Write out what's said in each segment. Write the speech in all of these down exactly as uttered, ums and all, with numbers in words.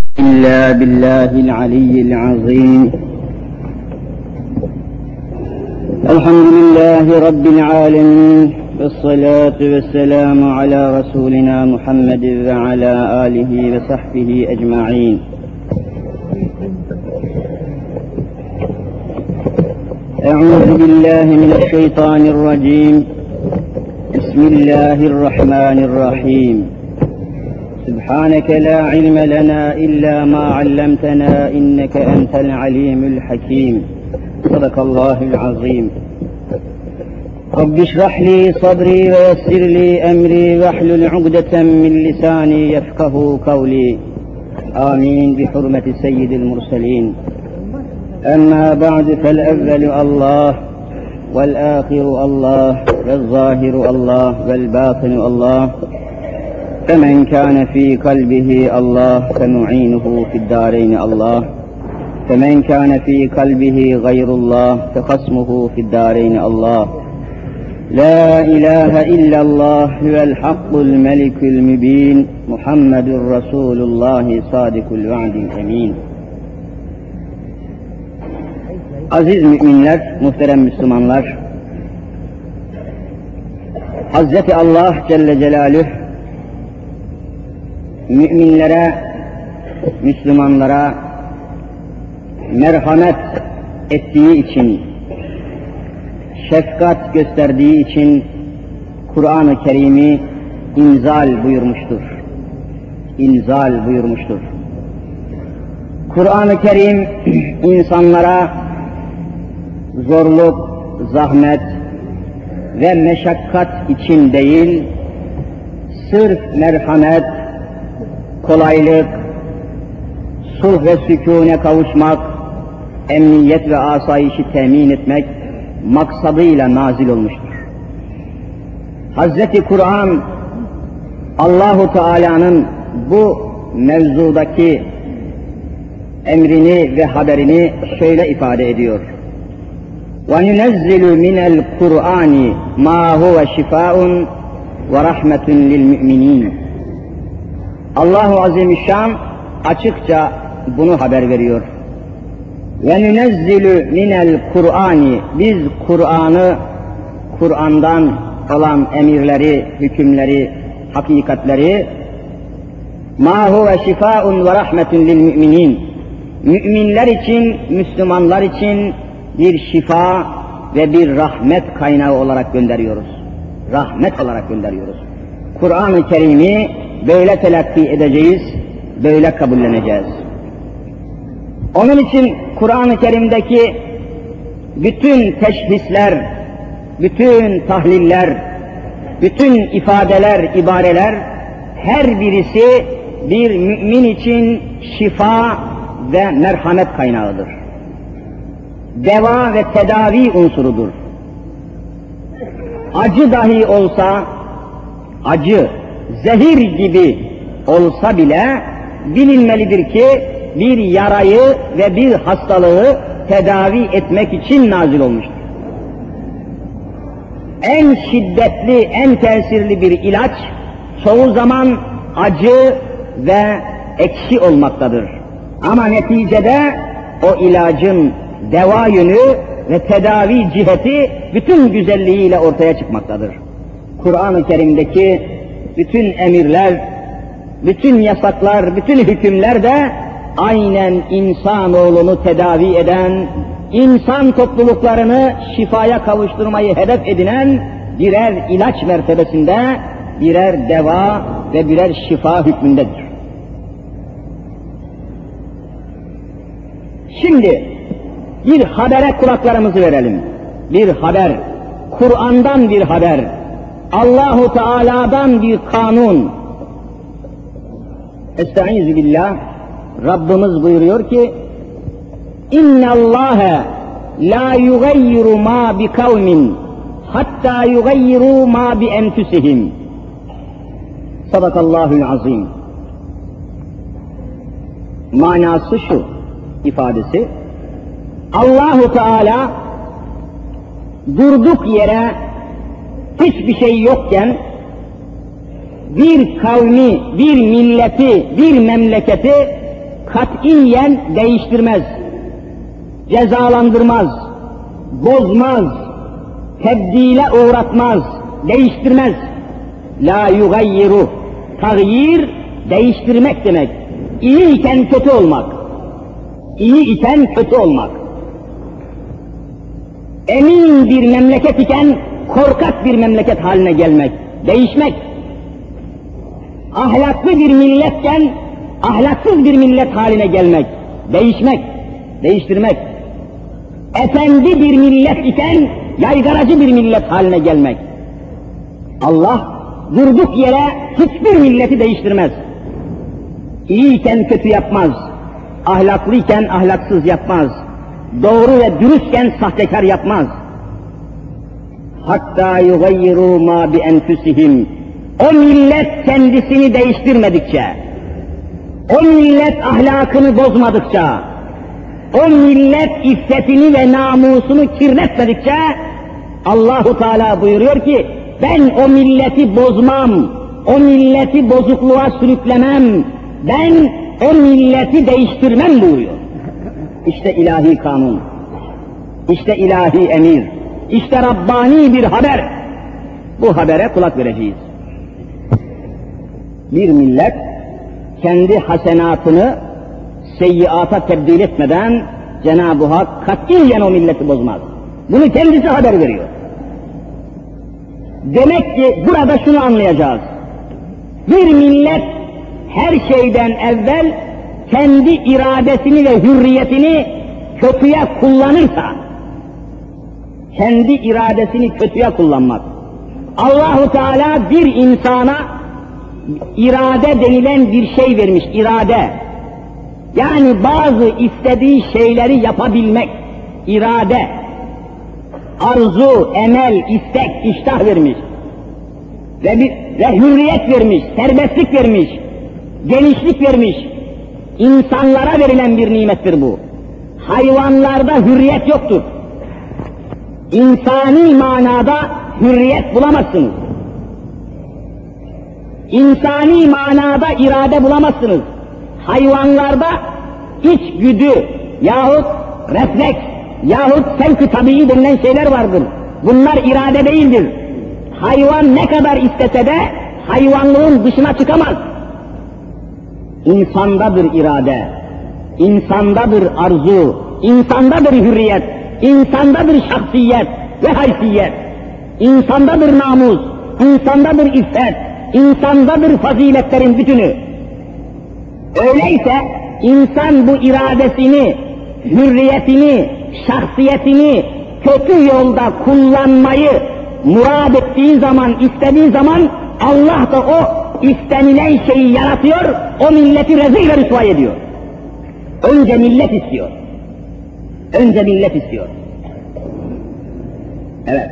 إلا بالله العلي العظيم. الحمد لله رب العالمين، والصلاة والسلام على رسولنا محمد وعلى آله وصحبه أجمعين. أعوذ بالله من الشيطان الرجيم. بسم الله الرحمن الرحيم. سبحانك لا علم لنا إلا ما علمتنا إنك أنت العليم الحكيم. صدق الله العظيم. رب اشرح لي صدري ويسر لي أمري واحلل عقدة من لساني يفقه قولي. آمين بحرمة سيد المرسلين. أما بعد، فالأول الله، والآخر الله، والظاهر الله، والباطن الله. فمن كان في قلبه الله فمعينه في الدارين الله، فمن كان في قلبه غير الله فخصمه في الدارين الله. لا إله إلا الله هو الحق الملك المبين. محمد رسول الله صادق الوعد الأمين. Aziz müminler, muhterem Müslümanlar, Hazreti Allah Celle Celaluhu müminlere, Müslümanlara merhamet ettiği için, şefkat gösterdiği için Kur'an-ı Kerim'i inzal buyurmuştur. İnzal buyurmuştur. Kur'an-ı Kerim insanlara zorluk, zahmet ve meşakkat için değil, sırf merhamet, kolaylık, sulh ve sükûne kavuşmak, emniyet ve asayişi temin etmek maksadıyla nazil olmuştur. Hazreti Kur'an, Allahu Teala'nın bu mevzudaki emrini ve haberini şöyle ifade ediyor. وَنُنَزِّلُ مِنَ الْقُرْآنِ مَا هُوَ شِفَاءٌ وَرَحْمَةٌ لِلْمُؤْمِنِينَ. Allah-u Azimüşşan açıkça bunu haber veriyor. وَنُنَزِّلُ مِنَ الْقُرْآنِ. Biz Kur'an'ı, Kur'an'dan olan emirleri, hükümleri, hakikatleri مَا هُوَ شِفَاءٌ وَرَحْمَةٌ لِلْمُؤْمِنِينَ. Müminler için, Müslümanlar için bir şifa ve bir rahmet kaynağı olarak gönderiyoruz. Rahmet olarak gönderiyoruz. Kur'an-ı Kerim'i böyle telakki edeceğiz, böyle kabulleneceğiz. Onun için Kur'an-ı Kerim'deki bütün teşhisler, bütün tahliller, bütün ifadeler, ibareler, her birisi bir mümin için şifa ve merhamet kaynağıdır. Deva ve tedavi unsurudur. Acı dahi olsa, acı, zehir gibi olsa bile bilinmelidir ki bir yarayı ve bir hastalığı tedavi etmek için nazil olmuştur. En şiddetli, en tesirli bir ilaç çoğu zaman acı ve ekşi olmaktadır. Ama neticede o ilacın deva yönü ve tedavi ciheti bütün güzelliğiyle ortaya çıkmaktadır. Kur'an-ı Kerim'deki bütün emirler, bütün yasaklar, bütün hükümler de aynen insanoğlunu tedavi eden, insan topluluklarını şifaya kavuşturmayı hedef edinen birer ilaç mertebesinde, birer deva ve birer şifa hükmündedir. Şimdi bir habere kulaklarımızı verelim. Bir haber, Kur'an'dan bir haber, Allahu Teala'dan bir kanun. Estaizu billah, Rabbimiz buyuruyor ki: İnna Allaha la yugayyiru ma bi kavmin hatta yugayyiru ma bi enfusihim. Sadakallahul azim. Manası şu ifadesi: Allahu Teala durduk yere hiçbir şey yokken bir kavmi, bir milleti, bir memleketi katiyen değiştirmez, cezalandırmaz, bozmaz, tebdile uğratmaz, değiştirmez. La yugayyiru, tagyir, değiştirmek demek. İyi iken kötü olmak, iyi iken kötü olmak. Emin bir memleket iken korkak bir memleket haline gelmek, değişmek. Ahlaklı bir milletken ahlaksız bir millet haline gelmek, değişmek, değiştirmek. Efendi bir millet iken yaygaracı bir millet haline gelmek. Allah durduk yere hiçbir milleti değiştirmez. İyiyken kötü yapmaz, ahlaklıyken ahlaksız yapmaz, doğru ve dürüstken sahtekar yapmaz. Hatta yugayyiru ma bi enfusihim. O millet kendisini değiştirmedikçe, o millet ahlakını bozmadıkça, o millet iffetini ve namusunu kirletmedikçe, Allahu Teala buyuruyor ki, ben o milleti bozmam, o milleti bozukluğa sürüklemem, ben o milleti değiştirmem buyuruyor. İşte ilahi kanun, işte ilahi emir, işte Rabbani bir haber. Bu habere kulak vereceğiz. Bir millet kendi hasenatını seyyiata tebdil etmeden Cenab-ı Hak katiyen o milleti bozmaz. Bunu kendisi haber veriyor. Demek ki burada şunu anlayacağız. Bir millet her şeyden evvel kendi iradesini ve hürriyetini kötüye kullanırsa, kendi iradesini kötüye kullanmak. Allahu Teala bir insana irade denilen bir şey vermiş, irade. Yani bazı istediği şeyleri yapabilmek, irade. Arzu, emel, istek, iştah vermiş. Ve, bir, ve hürriyet vermiş, serbestlik vermiş, genişlik vermiş. İnsanlara verilen bir nimettir bu. Hayvanlarda hürriyet yoktur. İnsani manada hürriyet bulamazsınız. İnsani manada irade bulamazsınız. Hayvanlarda içgüdü yahut refleks yahut sevk-ı tabii denilen şeyler vardır. Bunlar irade değildir. Hayvan ne kadar istese de hayvanlığın dışına çıkamaz. İnsandadır irade, insandadır arzu, insandadır hürriyet, insandadır şahsiyet ve haysiyet, insandadır namus, insandadır iffet, insandadır faziletlerin bütünü. Öyleyse insan bu iradesini, hürriyetini, şahsiyetini kötü yolda kullanmayı murad ettiği zaman, istediği zaman Allah da o istenilen şeyi yaratıyor, o milleti rezil ve rüsva ediyor. Önce millet istiyor. Önce millet istiyor. Evet.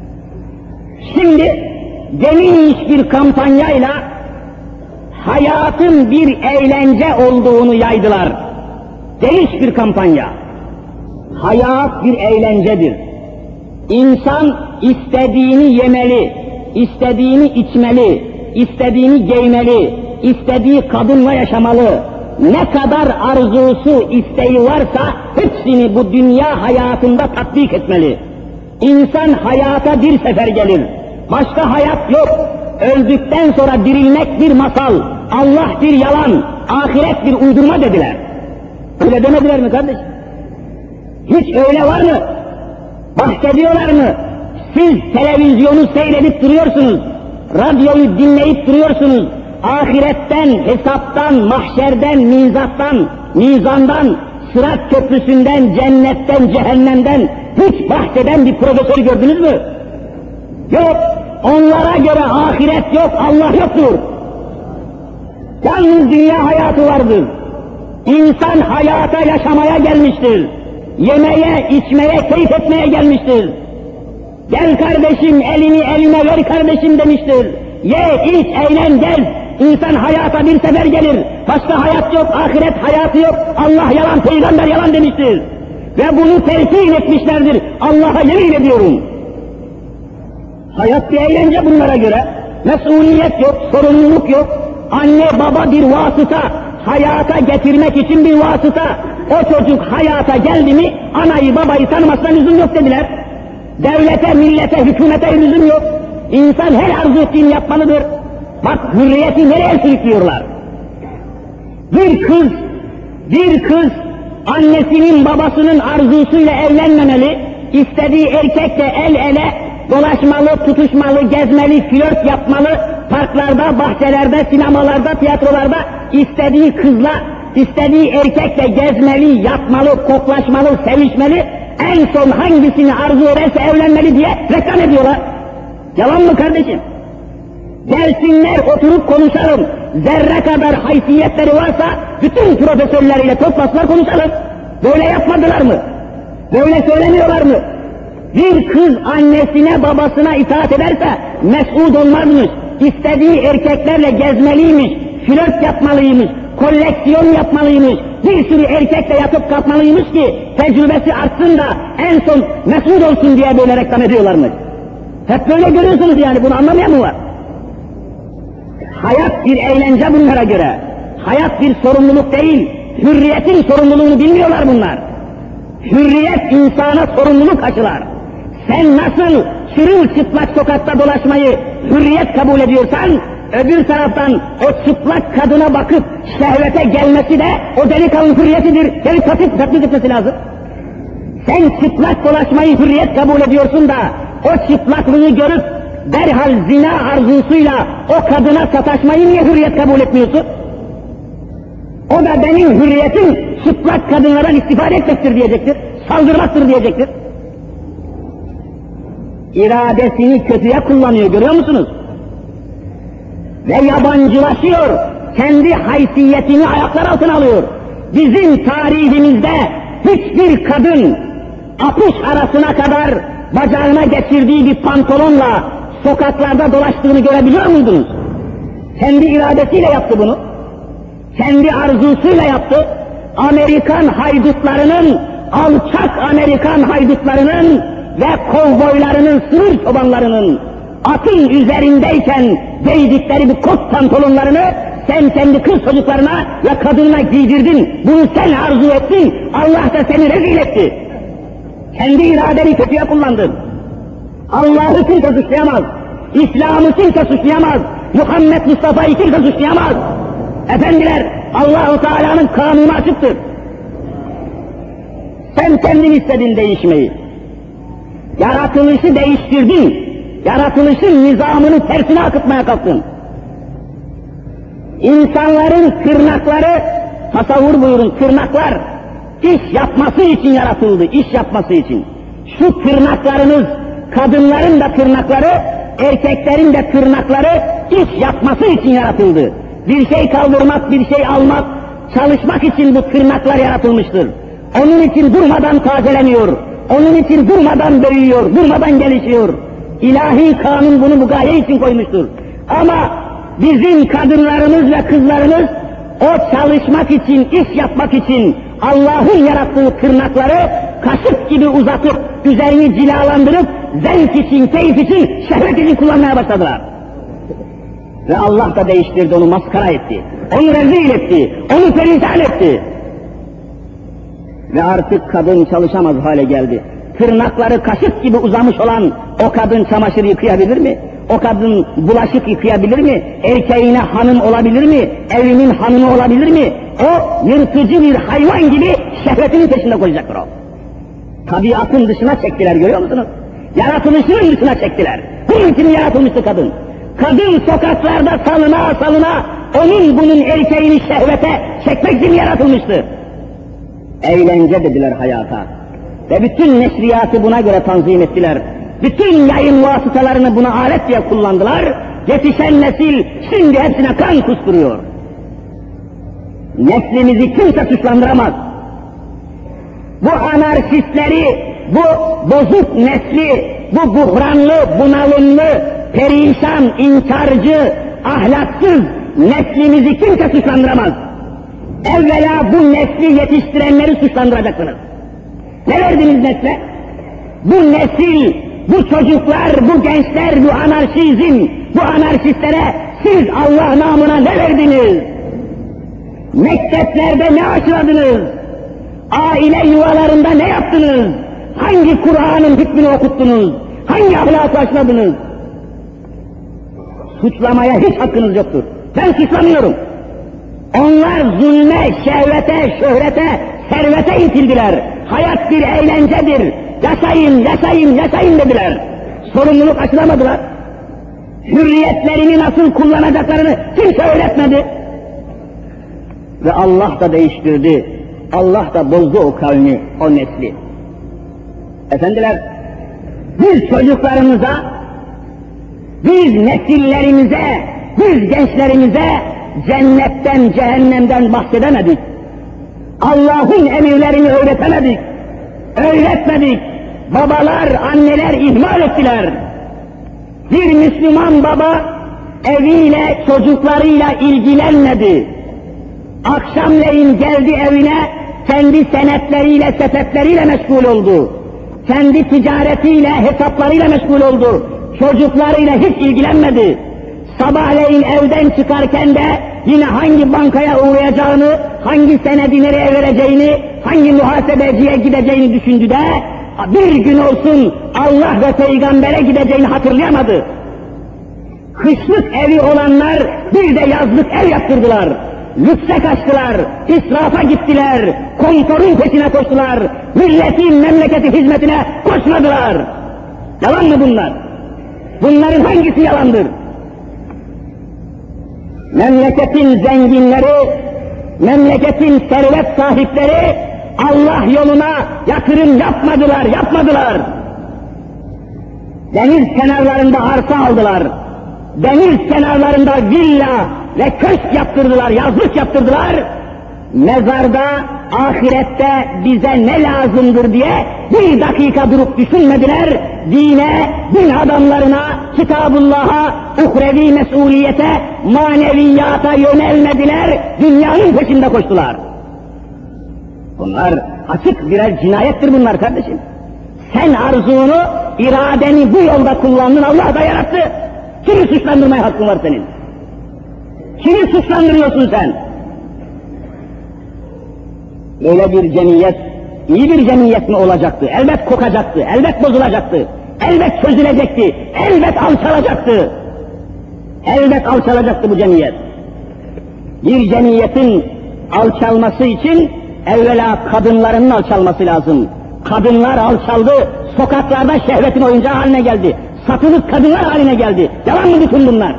Şimdi geniş bir kampanyayla hayatın bir eğlence olduğunu yaydılar. Geniş bir kampanya. Hayat bir eğlencedir. İnsan istediğini yemeli, istediğini içmeli, istediğini giymeli, istediği kadınla yaşamalı. Ne kadar arzusu, isteği varsa hepsini bu dünya hayatında tatbik etmeli. İnsan hayata bir sefer gelir. Başka hayat yok. Öldükten sonra dirilmek bir masal, Allah bir yalan, ahiret bir uydurma dediler. Öyle demediler mi kardeş? Hiç öyle var mı? Bahsediyorlar mı? Siz televizyonu seyredip duruyorsunuz, radyoyu dinleyip duruyorsunuz, ahiretten, hesaptan, mahşerden, mizattan, mizandan, sırat köprüsünden, cennetten, cehennemden hiç bahseden bir profesör gördünüz mü? Yok, onlara göre ahiret yok, Allah yoktur. Yalnız dünya hayatı vardır. İnsan hayata yaşamaya gelmiştir. Yemeye, içmeye, keyif etmeye gelmiştir. Gel kardeşim, elini elime ver kardeşim demiştir. Ye, iç, eğlen, gel. İnsan hayata bir sefer gelir. Başka hayat yok, ahiret hayatı yok. Allah yalan, peygamber yalan demiştir. Ve bunu terkin etmişlerdir. Allah'a yemin ediyorum. Hayat bir eğlence bunlara göre. Mesuliyet yok, sorumluluk yok. Anne baba bir vasıta, hayata getirmek için bir vasıta. O çocuk hayata geldi mi, anayı babayı tanımasına lüzum yok dediler. Devlete, millete, hükümete lüzum yok. İnsan her arzu ettiğini yapmalıdır. Bak hürriyeti nereye sürüklüyorlar? Bir kız, bir kız annesinin babasının arzusuyla evlenmemeli, istediği erkekle el ele dolaşmalı, tutuşmalı, gezmeli, flört yapmalı, parklarda, bahçelerde, sinemalarda, tiyatrolarda istediği kızla, istediği erkekle gezmeli, yatmalı, koklaşmalı, sevişmeli, en son hangisini arzu ederse evlenmeli diye reklam ediyorlar. Yalan mı kardeşim? Gelsinler oturup konuşalım. Zerre kadar haysiyetleri varsa bütün profesörleriyle toplasınlar konuşalım. Böyle yapmadılar mı? Böyle söylemiyorlar mı? Bir kız annesine babasına itaat ederse mes'ud olmazmış. İstediği erkeklerle gezmeliymiş, flört yapmalıymış, koleksiyon yapmalıymış, bir sürü erkekle yatıp kalkmalıymış ki tecrübesi artsın da en son mes'ud olsun diye böyle reklam ediyorlarmış. Hep böyle görüyorsunuz yani, bunu anlamayan mı var? Hayat bir eğlence bunlara göre. Hayat bir sorumluluk değil, hürriyetin sorumluluğunu bilmiyorlar bunlar. Hürriyet insana sorumluluk aşılar. Sen nasıl çırılçıplak sokakta dolaşmayı hürriyet kabul ediyorsan, öbür taraftan o çıplak kadına bakıp şehvete gelmesi de o delikanlı hürriyetidir. Seni tatip tatbik etmesi lazım. Sen çıplak dolaşmayı hürriyet kabul ediyorsun da o çıplaklığı görüp derhal zina arzusuyla o kadına sataşmayı niye hürriyet kabul etmiyorsun? O da benim hürriyetim çıplak kadınlardan istifade etmektir diyecektir, saldırmaktır diyecektir. İradesini kötüye kullanıyor, görüyor musunuz? Ve yabancılaşıyor, kendi haysiyetini ayaklar altına alıyor. Bizim tarihimizde hiçbir kadın apış arasına kadar bacağına geçirdiği bir pantolonla sokaklarda dolaştığını görebiliyor muydunuz? Kendi iradesiyle yaptı bunu. Kendi arzusuyla yaptı. Amerikan haydutlarının, alçak Amerikan haydutlarının ve kovboylarının, sınır çobanlarının atın üzerindeyken giydikleri bir kot pantolonlarını sen kendi kız çocuklarına ve kadınına giydirdin. Bunu sen arzu ettin. Allah da seni rezil etti. Kendi iradeni kötüye kullandın. Allah'ı kimse suçlayamaz. İslam'ı kimse suçlayamaz. Muhammed Mustafa'yı kimse suçlayamaz. Efendiler, Allah-u Teala'nın kanunu açıktır. Sen kendin istedin değişmeyi. Yaratılışı değiştirdin. Yaratılışın nizamını tersine akıtmaya kalktın. İnsanların tırnakları, tasavvur buyurun, tırnaklar iş yapması için yaratıldı, iş yapması için. Şu tırnaklarınız, kadınların da tırnakları, erkeklerin de tırnakları iş yapması için yaratıldı. Bir şey kaldırmak, bir şey almak, çalışmak için bu tırnaklar yaratılmıştır. Onun için durmadan tazeleniyor, onun için durmadan büyüyor, durmadan gelişiyor. İlahi kanun bunu bu gaye için koymuştur. Ama bizim kadınlarımız ve kızlarımız o çalışmak için, iş yapmak için Allah'ın yarattığı tırnakları kaşık gibi uzatıp, üzerini cilalandırıp, zevk için, keyif için, şehvet için kullanmaya başladılar. Ve Allah da değiştirdi, onu maskara etti, onu rezil etti, onu perişan etti. Ve artık kadın çalışamaz hale geldi. Tırnakları kaşık gibi uzamış olan o kadın çamaşır yıkayabilir mi? O kadın bulaşık yıkayabilir mi? Erkeğine hanım olabilir mi? Evinin hanımı olabilir mi? O yırtıcı bir hayvan gibi şehvetinin peşinde koşacaktır o. Tabiatın dışına çektiler, görüyor musunuz? Yaratılışının dışına çektiler. Bunun için yaratılmıştı kadın. Kadın sokaklarda salına salına onun bunun erkeğini şehvete çekmek için yaratılmıştı. Eğlence dediler hayata. Ve bütün neşriyatı buna göre tanzim ettiler. Bütün yayın vasıtalarını buna alet diye kullandılar. Yetişen nesil şimdi hepsine kan kusturuyor. Neslimizi kimse suçlandıramaz. Bu anarşistleri, bu bozuk nesli, bu buhranlı, bunalımlı, perişan, inkarcı, ahlaksız neslimizi kimse suçlandıramaz. Evvela bu nesli yetiştirenleri suçlandıracaksınız. Ne verdiniz nesle? Bu nesil, bu çocuklar, bu gençler, bu anarşizm, bu anarşistlere siz Allah namına ne verdiniz? Mekteplerde ne aşıladınız? Aile yuvalarında ne yaptınız? Hangi Kur'an'ın hükmünü okuttunuz? Hangi ahlakı aşıladınız? Suçlamaya hiç hakkınız yoktur. Ben suçlamıyorum. Onlar zulme, şehvete, şöhrete, servete itildiler. Hayat bir eğlencedir. Yaşayın, yaşayın, yaşayın dediler. Sorumluluk aşılamadılar. Hürriyetlerini nasıl kullanacaklarını kimse öğretmedi. Ve Allah da değiştirdi. Allah da bozdu o kavmi, o nesli. Efendiler, biz çocuklarımıza, biz nesillerimize, biz gençlerimize cennetten, cehennemden bahsedemedik. Allah'ın emirlerini öğretemedik. Öğretmedik. Babalar, anneler ihmal ettiler. Bir Müslüman baba eviyle, çocuklarıyla ilgilenmedi. Akşamleyin geldi evine, kendi senetleriyle, sepetleriyle meşgul oldu. Kendi ticaretiyle, hesaplarıyla meşgul oldu. Çocuklarıyla hiç ilgilenmedi. Sabahleyin evden çıkarken de yine hangi bankaya uğrayacağını, hangi senedi nereye vereceğini, hangi muhasebeciye gideceğini düşündü de bir gün olsun Allah ve Peygamber'e gideceğini hatırlayamadı. Kışlık evi olanlar bir de yazlık ev yaptırdılar. Lükse kaçtılar, israfa gittiler, konforun peşine koştular, milletin memleketi hizmetine koşmadılar. Yalan mı bunlar? Bunların hangisi yalandır? Memleketin zenginleri, memleketin servet sahipleri Allah yoluna yatırım yapmadılar, yapmadılar. Deniz kenarlarında arsa aldılar. Deniz kenarlarında villa ve köşk yaptırdılar, yazlık yaptırdılar. Mezarda, ahirette bize ne lazımdır diye bir dakika durup düşünmediler. Dine, din adamlarına, Kitabullah'a, uhrevi mesuliyete, maneviyata yönelmediler. Dünyanın peşinde koştular. Bunlar açık birer cinayettir bunlar kardeşim. Sen arzunu, iradeni bu yolda kullandın, Allah da yarattı. Kimi suçlandırmaya hakkın var senin? Kimi suçlandırıyorsun sen? Böyle bir cemiyet, iyi bir cemiyet mi olacaktı? Elbet kokacaktı, elbet bozulacaktı, elbet çözülecekti, elbet alçalacaktı. Elbet alçalacaktı bu cemiyet. Bir cemiyetin alçalması için evvela kadınların alçalması lazım. Kadınlar alçaldı, sokaklarda şehvetin oyuncağı haline geldi. Satılık kadınlar haline geldi. Yalan mı bütün bunlar?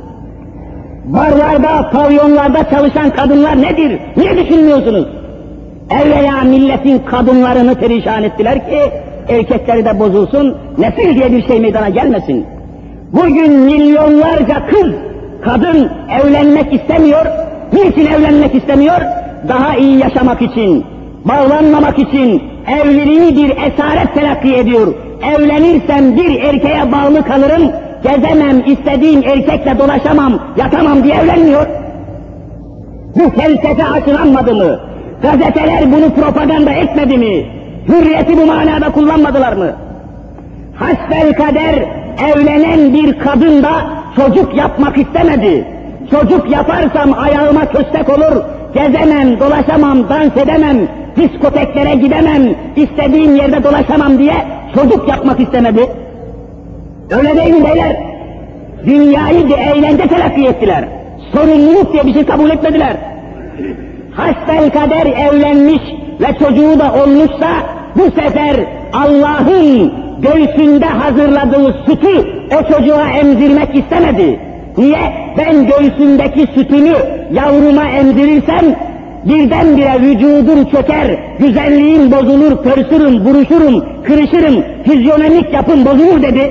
Barlarda, pavyonlarda çalışan kadınlar nedir? Niye düşünmüyorsunuz? Evvela milletin kadınlarını perişan ettiler ki erkekleri de bozulsun, nesil diye bir şey meydana gelmesin. Bugün milyonlarca kız, kadın evlenmek istemiyor. Niçin evlenmek istemiyor? Daha iyi yaşamak için, bağlanmamak için evliliği bir esaret telakki ediyor. Evlenirsem bir erkeğe bağlı kalırım, gezemem, istediğim erkekle dolaşamam, yatamam diye evlenmiyor. Bu felsefe aşılanmadı mı? Gazeteler bunu propaganda etmedi mi? Hürriyeti bu manada kullanmadılar mı? Hasbelkader evlenen bir kadın da çocuk yapmak istemedi. Çocuk yaparsam ayağıma köstek olur, gezemem, dolaşamam, dans edemem, diskoteklere gidemem, istediğim yerde dolaşamam diye çocuk yapmak istemedi. Öyle değil mi beyler? Dünyayı bir eğlence telakki ettiler. Sorumluluk diye bir şey kabul etmediler. Hasbelkader evlenmiş ve çocuğu da olmuşsa bu sefer Allah'ın göğsünde hazırladığı sütü o çocuğa emzirmek istemedi. Niye? Ben göğsündeki sütünü yavruma emzirirsem birdenbire vücudum çöker, güzelliğim bozulur, pörsürüm, buruşurum, kırışırım, fizyonomik yapım bozulur dedi.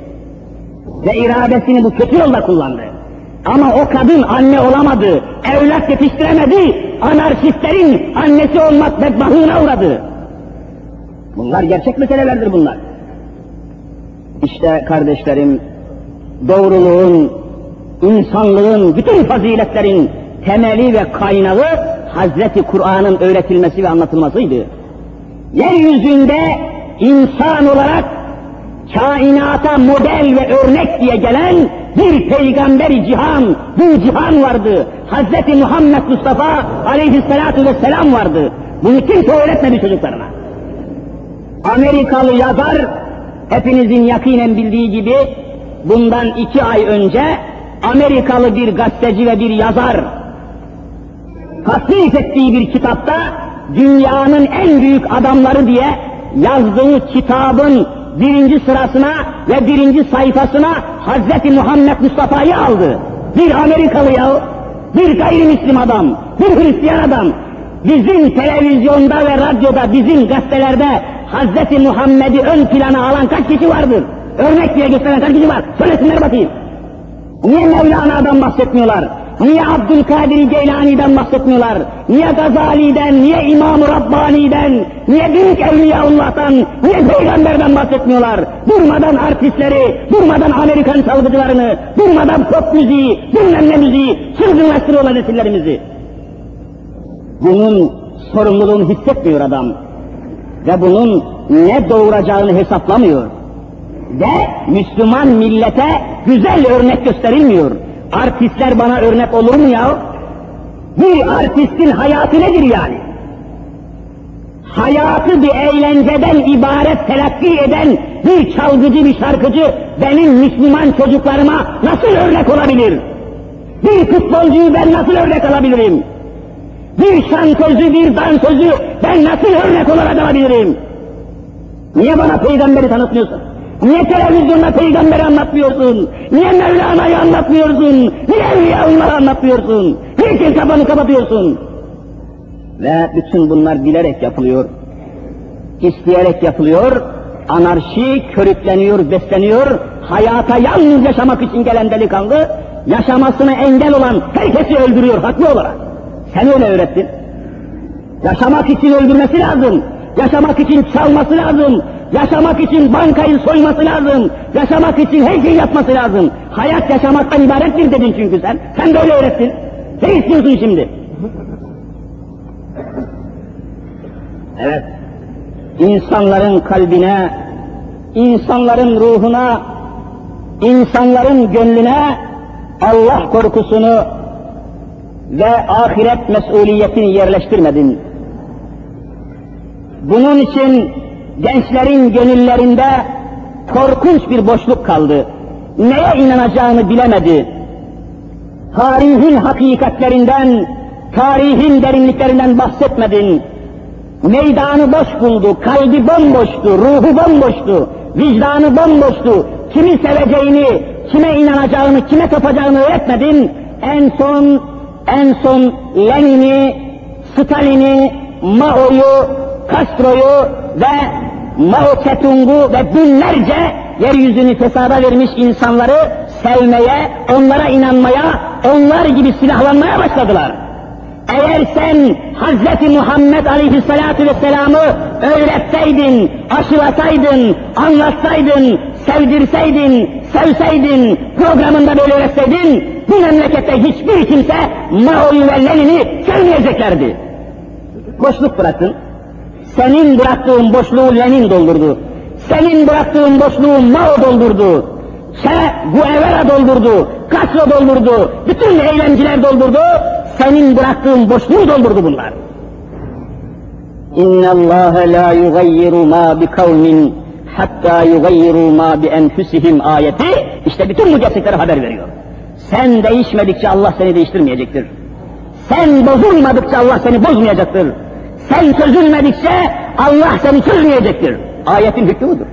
Ve iradesini bu kötü yolda kullandı. Ama o kadın anne olamadı, evlat yetiştiremedi, anarşistlerin annesi olmak bedbahına uğradı. Bunlar gerçek meselelerdir bunlar. İşte kardeşlerim, doğruluğun, insanlığın, bütün faziletlerin temeli ve kaynağı Hazreti Kur'an'ın öğretilmesi ve anlatılmasıydı. Yeryüzünde insan olarak kainata model ve örnek diye gelen bir peygamberi cihan, bir cihan vardı. Hazreti Muhammed Mustafa aleyhissalatu vesselam vardı. Bunu kimse öğretmedi çocuklarına. Amerikalı yazar, hepinizin yakinen bildiği gibi, bundan iki ay önce Amerikalı bir gazeteci ve bir yazar tasnif ettiği bir kitapta dünyanın en büyük adamları diye yazdığı kitabın birinci sırasına ve birinci sayfasına Hazreti Muhammed Mustafa'yı aldı. Bir Amerikalı ya, bir gayrimüslim adam, bir Hristiyan adam. Bizim televizyonda ve radyoda, bizim gazetelerde Hazreti Muhammed'i ön plana alan kaç kişi vardır? Örnek diye gösteren kaç kişi var? Söylesinler bakayım. Niye Mevlana'dan bahsetmiyorlar? Niye Abdülkadir Geylani'den bahsetmiyorlar? Niye Gazali'den, niye İmam-ı Rabbani'den, niye Büyük Evliyaullah'tan, niye Peygamber'den bahsetmiyorlar? Durmadan artistleri, durmadan Amerikan çalgıcılarını, durmadan pop müziği, bilmem ne müziği, çılgınlaştırıyorlar nesillerimizi. Bunun sorumluluğunu hissetmiyor adam. Ve bunun ne doğuracağını hesaplamıyor. Ve Müslüman millete güzel örnek gösterilmiyor. Artistler bana örnek olur mu ya? Bir artistin hayatı nedir yani? Hayatı bir eğlenceden ibaret telakki eden bir çalgıcı, bir şarkıcı benim Müslüman çocuklarıma nasıl örnek olabilir? Bir futbolcuyu ben nasıl örnek alabilirim? Bir şantözü, bir dansözü ben nasıl örnek olarak alabilirim? Niye bana peygamberi tanıtmıyorsun? Niye televizyonda peygamberi anlatmıyorsun? Niye Mevlana'yı anlatmıyorsun? Niye Evliyaullah'ı anlatmıyorsun? Niçin kafanı kapatıyorsun? Ve bütün bunlar bilerek yapılıyor. İsteyerek yapılıyor. Anarşi körükleniyor, besleniyor. Hayata yalnız yaşamak için gelen delikanlı, yaşamasına engel olan herkesi öldürüyor haklı olarak. Sen öyle öğrettin. Yaşamak için öldürmesi lazım. Yaşamak için çalması lazım. Yaşamak için bankayı soyması lazım. Yaşamak için her şeyi yapması lazım. Hayat yaşamaktan ibarettir dedin çünkü sen. Sen de öyle öğrettin. Ne istiyorsun şimdi? Evet. İnsanların kalbine, insanların ruhuna, insanların gönlüne Allah korkusunu ve ahiret mesuliyetini yerleştirmedin. Bunun için gençlerin gönüllerinde korkunç bir boşluk kaldı. Neye inanacağını bilemedi. Tarihin hakikatlerinden, tarihin derinliklerinden bahsetmedin. Meydanı boş buldu, kalbi bomboştu, ruhu bomboştu, vicdanı bomboştu. Kimi seveceğini, kime inanacağını, kime tapacağını öğretmedin. En son, en son Lenin'i, Stalin'i, Mao'yu, Castro'yu ve Mao Tse-tung'u ve binlerce yeryüzünü fesada vermiş insanları sevmeye, onlara inanmaya, onlar gibi silahlanmaya başladılar. Eğer sen Hazreti Muhammed Aleyhisselatü Vesselam'ı öğretseydin, aşılataydın, anlatsaydın, sevdirseydin, sevseydin, programında böyle öğretseydin, bu memlekette hiçbir kimse Mao'yu ve Lenin'i sevmeyeceklerdi. Boşluk bırakın. Senin bıraktığın boşluğu Lenin doldurdu. Senin bıraktığın boşluğu Mao doldurdu. Che Guevara doldurdu. Castro doldurdu. Bütün eylemciler doldurdu. Senin bıraktığın boşluğu doldurdu bunlar. İnna Allah la yugayyiru ma bi kavmin hatta yugayyiru ma bi enfusihim ayeti. İşte bütün bu gerçekleri haber veriyor. Sen değişmedikçe Allah seni değiştirmeyecektir. Sen bozulmadıkça Allah seni bozmayacaktır. Sen çözülmedikçe Allah seni çözmeyecektir. Ayetin hükmü budur.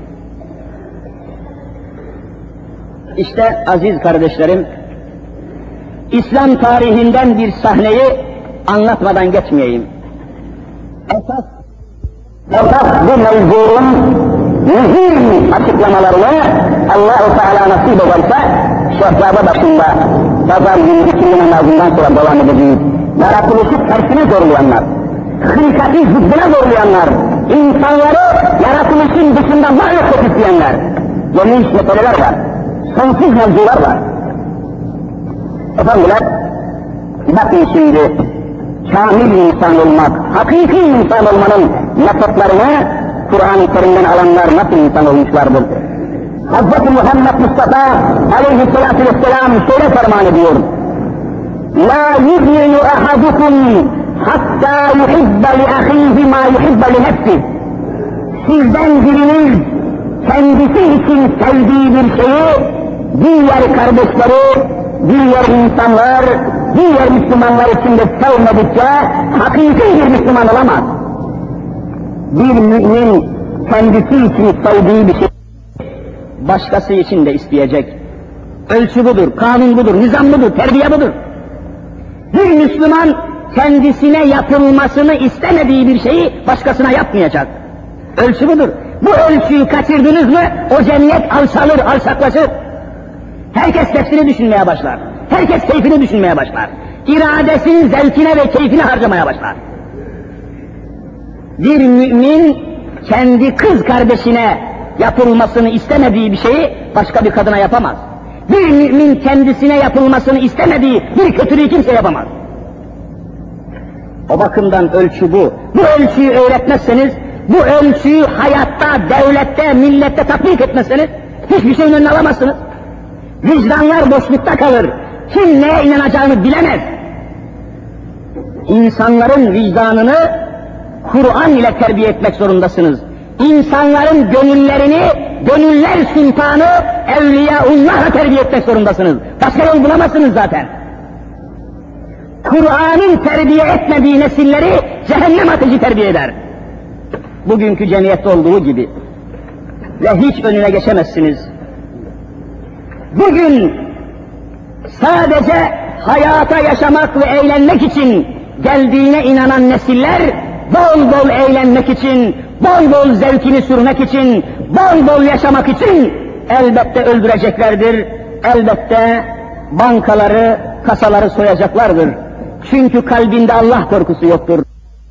İşte aziz kardeşlerim, İslam tarihinden bir sahneyi anlatmadan geçmeyeyim. Esas, esas bu mevzunun mühim açıklamalarını Allah-u Teala nasip ederse şehzade başında pazar günü ikindi namazından sonra devam edeceğiz. Yaratılışı tersine zorlayanlar, hılkati zıddına zorlayanlar, insanları yaratılışın dışında mahvetmek isteyenler, geniş meseleler var, sonsuz mevzular var. Efendiler, bakın şimdi, kamil insan olmak, hakiki insan olmanın metotlarını Kur'an-ı Kerim'den alanlar nasıl insan olmuşlardır? Hazreti Muhammed Mustafa aleyhissalatu vesselam şöyle ferman ediyor. La yu'minu ahadukum hatta yuhibbe li ahihi ma yuhibbe li nefsih. Sizden biriniz kendisi için sevdiği bir şeyi diğer kardeşleri, diğer insanlar, diğer Müslümanlar için de sevmedikçe hakiki bir Müslüman olamaz. Bir mümin kendisi için sevdiği bir şey başkası için de isteyecek. Ölçü budur, kanun budur, nizam budur, terbiye budur. Bir Müslüman kendisine yapılmasını istemediği bir şeyi başkasına yapmayacak. Ölçü budur. Bu ölçüyü kaçırdınız mı o cemiyet alçalır, alçaklaşır. Herkes nefsini düşünmeye başlar. Herkes keyfini düşünmeye başlar. İradesini, zevkine ve keyfine harcamaya başlar. Bir mümin kendi kız kardeşine yapılmasını istemediği bir şeyi başka bir kadına yapamaz. Bir mümin kendisine yapılmasını istemediği bir kötülüğü kimse yapamaz. O bakımdan ölçü bu. Bu ölçüyü öğretmezseniz, bu ölçüyü hayatta, devlette, millette tatbik etmezseniz hiçbir şeyin önüne alamazsınız. Vicdanlar boşlukta kalır. Kim neye inanacağını bilemez. İnsanların vicdanını Kur'an ile terbiye etmek zorundasınız. İnsanların gönüllerini, gönüller sultanı Evliyaullah'la terbiye etmek zorundasınız. Başka yol bulamazsınız zaten. Kur'an'ın terbiye etmediği nesilleri cehennem ateşi terbiye eder. Bugünkü cemiyette olduğu gibi. Ve hiç önüne geçemezsiniz. Bugün sadece hayata yaşamak ve eğlenmek için geldiğine inanan nesiller, bol bol eğlenmek için, bol bol zevkini sürmek için, bol bol yaşamak için elbette öldüreceklerdir. Elbette bankaları, kasaları soyacaklardır. Çünkü kalbinde Allah korkusu yoktur.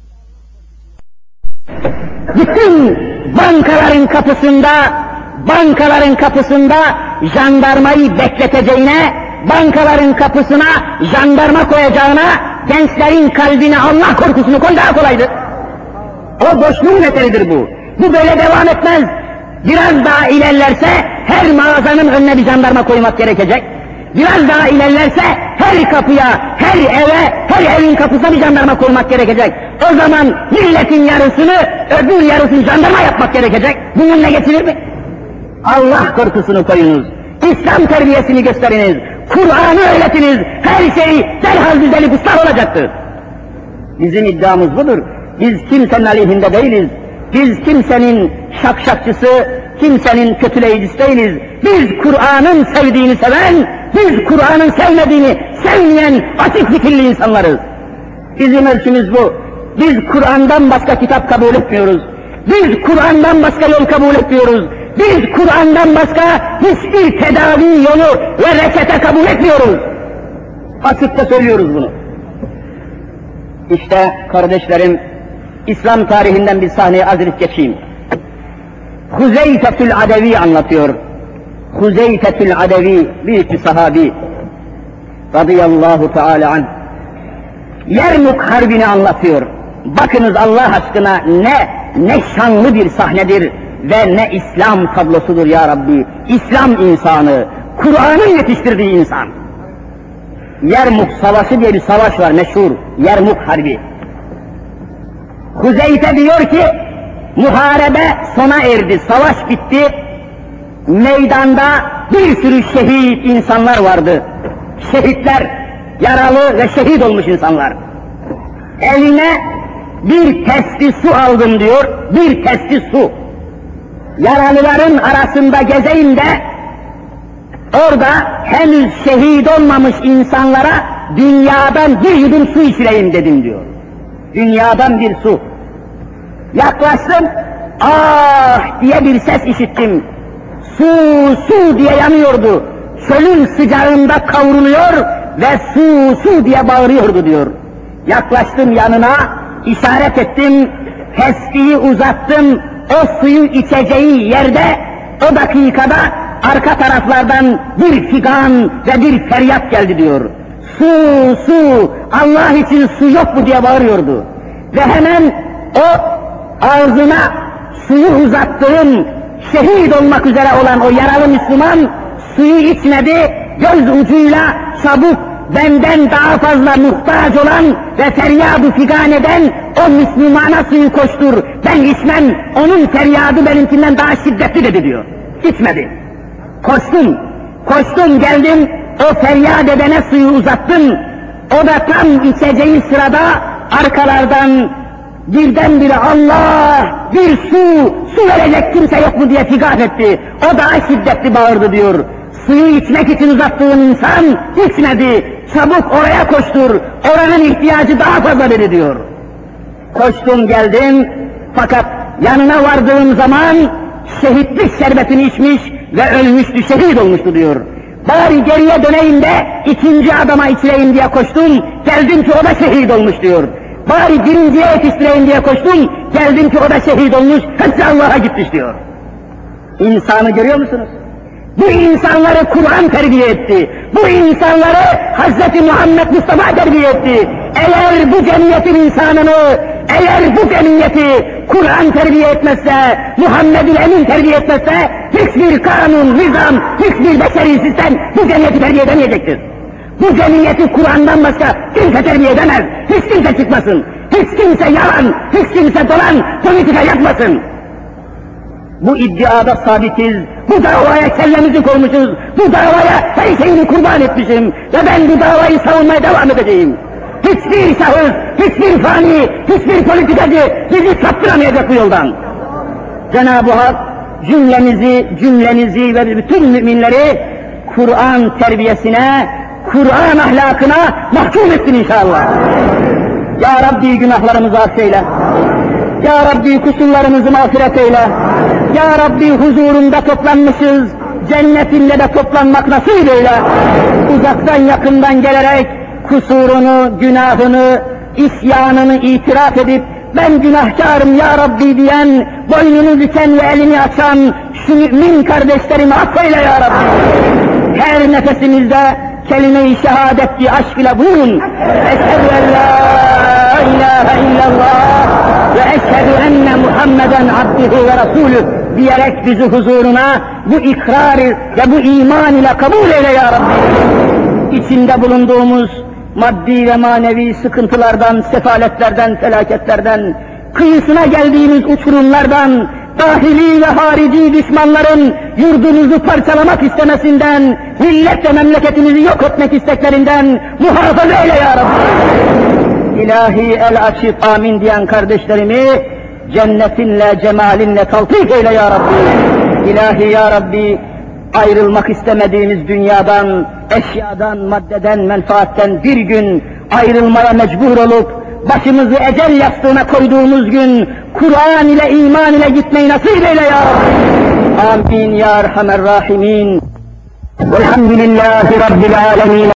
Bütün bankaların kapısında, bankaların kapısında jandarmayı bekleteceğine, bankaların kapısına jandarma koyacağına, gençlerin kalbine Allah korkusunu koy, daha kolaydır. O boşluğun eseridir bu. Bu böyle devam etmez. Biraz daha ilerlerse her mağazanın önüne bir jandarma koymak gerekecek. Biraz daha ilerlerse her kapıya, her eve, her evin kapısına bir jandarma koymak gerekecek. O zaman milletin yarısını, öbür yarısını jandarma yapmak gerekecek. Bununla geçilir mi? Allah korkusunu koyunuz. İslam terbiyesini gösteriniz. Kur'an'ı öğretiniz. Her şey derhal düzelip ıslah olacaktır. Bizim iddiamız budur. Biz kimsenin aleyhinde değiliz. Biz kimsenin şakşakçısı, kimsenin kötüleyicisi değiliz. Biz Kur'an'ın sevdiğini seven, biz Kur'an'ın sevmediğini sevmeyen açık fikirli insanlarız. Bizim ölçümüz bu. Biz Kur'an'dan başka kitap kabul etmiyoruz. Biz Kur'an'dan başka yol kabul etmiyoruz. Biz Kur'an'dan başka hiçbir tedavi yolu ve reçete kabul etmiyoruz. Açıkça söylüyoruz bunu. İşte kardeşlerim, İslam tarihinden bir sahneye azrif geçeyim. Huzeyfetül Adevi anlatıyor. Huzeyfetül Adevi, büyük bir sahabi. Radıyallahu teala anh. Yermuk Harbi'ni anlatıyor. Bakınız Allah aşkına ne, ne şanlı bir sahnedir ve ne İslam tablosudur ya Rabbi. İslam insanı, Kur'an'ın yetiştirdiği insan. Yermuk Savaşı diye bir savaş var meşhur, Yermuk Harbi. Huzeyfe diyor ki, muharebe sona erdi, savaş bitti, meydanda bir sürü şehit insanlar vardı. Şehitler, yaralı ve şehit olmuş insanlar. Eline bir testi su aldım diyor, bir testi su. Yaralıların arasında gezeyim de, orada henüz şehit olmamış insanlara dünyadan bir yudum su içireyim dedim diyor. Dünyadan bir su. Yaklaştım, ah diye bir ses işittim. Su, su diye yanıyordu. Çölün sıcağında kavruluyor ve su, su diye bağırıyordu diyor. Yaklaştım yanına, işaret ettim, testiyi uzattım, o suyu içeceği yerde, o dakikada arka taraflardan bir figan ve bir feryat geldi diyor. Su, su, Allah için su yok mu diye bağırıyordu. Ve hemen o ağzına suyu uzattığım şehit olmak üzere olan o yaralı Müslüman suyu içmedi, göz ucuyla çabuk benden daha fazla muhtaç olan ve feryadı figan eden o Müslümana suyu koştur, ben içmem, onun feryadı benimkinden daha şiddetli dedi diyor. İçmedi. Koştum, koştum geldim, o feryat edene suyu uzattım, o da tam içeceği sırada arkalardan birdenbire Allah, bir su, su verecek kimse yok mu diye figan etti. O daha şiddetli bağırdı diyor. Suyu içmek için uzattığın insan içmedi, çabuk oraya koştur, oranın ihtiyacı daha fazla dedi diyor. Koştum geldim, fakat yanına vardığım zaman şehitlik şerbetini içmiş ve ölmüştü, şehit olmuştu diyor. Bari geriye döneyim de ikinci adama içireyim diye koştum, geldim ki o da şehit olmuş diyor. Bari birinciye yetiştireyim diye koştum, geldim ki o da şehit olmuş, hepsi Allah'a gitmiş diyor. İnsanı görüyor musunuz? Bu insanları Kur'an terbiye etti. Bu insanları Hazreti Muhammed Mustafa terbiye etti. Eğer bu cemiyetin insanını, eğer bu cemiyeti Kur'an terbiye etmezse, Muhammed'ül Emin terbiye etmezse, hiçbir kanun, nizam, hiçbir beşeri sistem bu cemiyeti terbiye edemeyecektir. Bu cemiyeti Kur'an'dan başka kimse terbiye edemez. Hiç kimse çıkmasın. Hiç kimse yalan, hiç kimse dolan politika yapmasın. Bu iddiada sabitiz, bu davaya kellemizi koymuşuz, bu davaya her şeyini kurban etmişim ve ben bu davayı savunmaya devam edeceğim. Hiçbir şahıs, hiçbir fani, hiçbir politikacı bizi saptıramayacak bu yoldan. Cenab-ı Hak cümlemizi, cümlenizi ve bütün müminleri Kur'an terbiyesine, Kur'an ahlakına mahkum etsin inşallah. Ya Rabbi günahlarımızı affeyle. Ya Rabbi kusurlarımızı mağfiret eyle. Ya Rabbi huzurunda toplanmışız, cennetinle de toplanmak nasip eyle. Uzaktan yakından gelerek kusurunu, günahını, isyanını itiraf edip ben günahkarım ya Rabbi diyen, boynunu büken ve elini açan şu mümin kardeşlerimi affeyle ya Rabbi. Her nefesimizde kelime-i şehadetli aşk ile buyurun. Eşhedü en la ilahe illallah ve eşhedü enne Muhammeden abduhu ve rasulüh diyerek bizi huzuruna bu ikrar ve bu iman ile kabul eyle ya Rabbi. İçinde bulunduğumuz maddi ve manevi sıkıntılardan, sefaletlerden, felaketlerden, kıyısına geldiğimiz uçurumlardan, dahili ve harici düşmanların yurdumuzu parçalamak istemesinden, millet ve memleketimizi yok etmek isteklerinden muhafaza eyle ya Rabbi. İlahi el açık amin diyen kardeşlerimi cennetinle, cemalinle taltif eyle ya Rabbi. İlahi ya Rabbi, ayrılmak istemediğimiz dünyadan, eşyadan, maddeden, menfaatten bir gün ayrılmaya mecbur olup başımızı ecel yastığına koyduğumuz gün Kur'an ile, iman ile gitmeyi nasip eyle ya Rabbi. Amin ya Erhamer Rahimin. Velhamdülillahi Rabbil Alemin.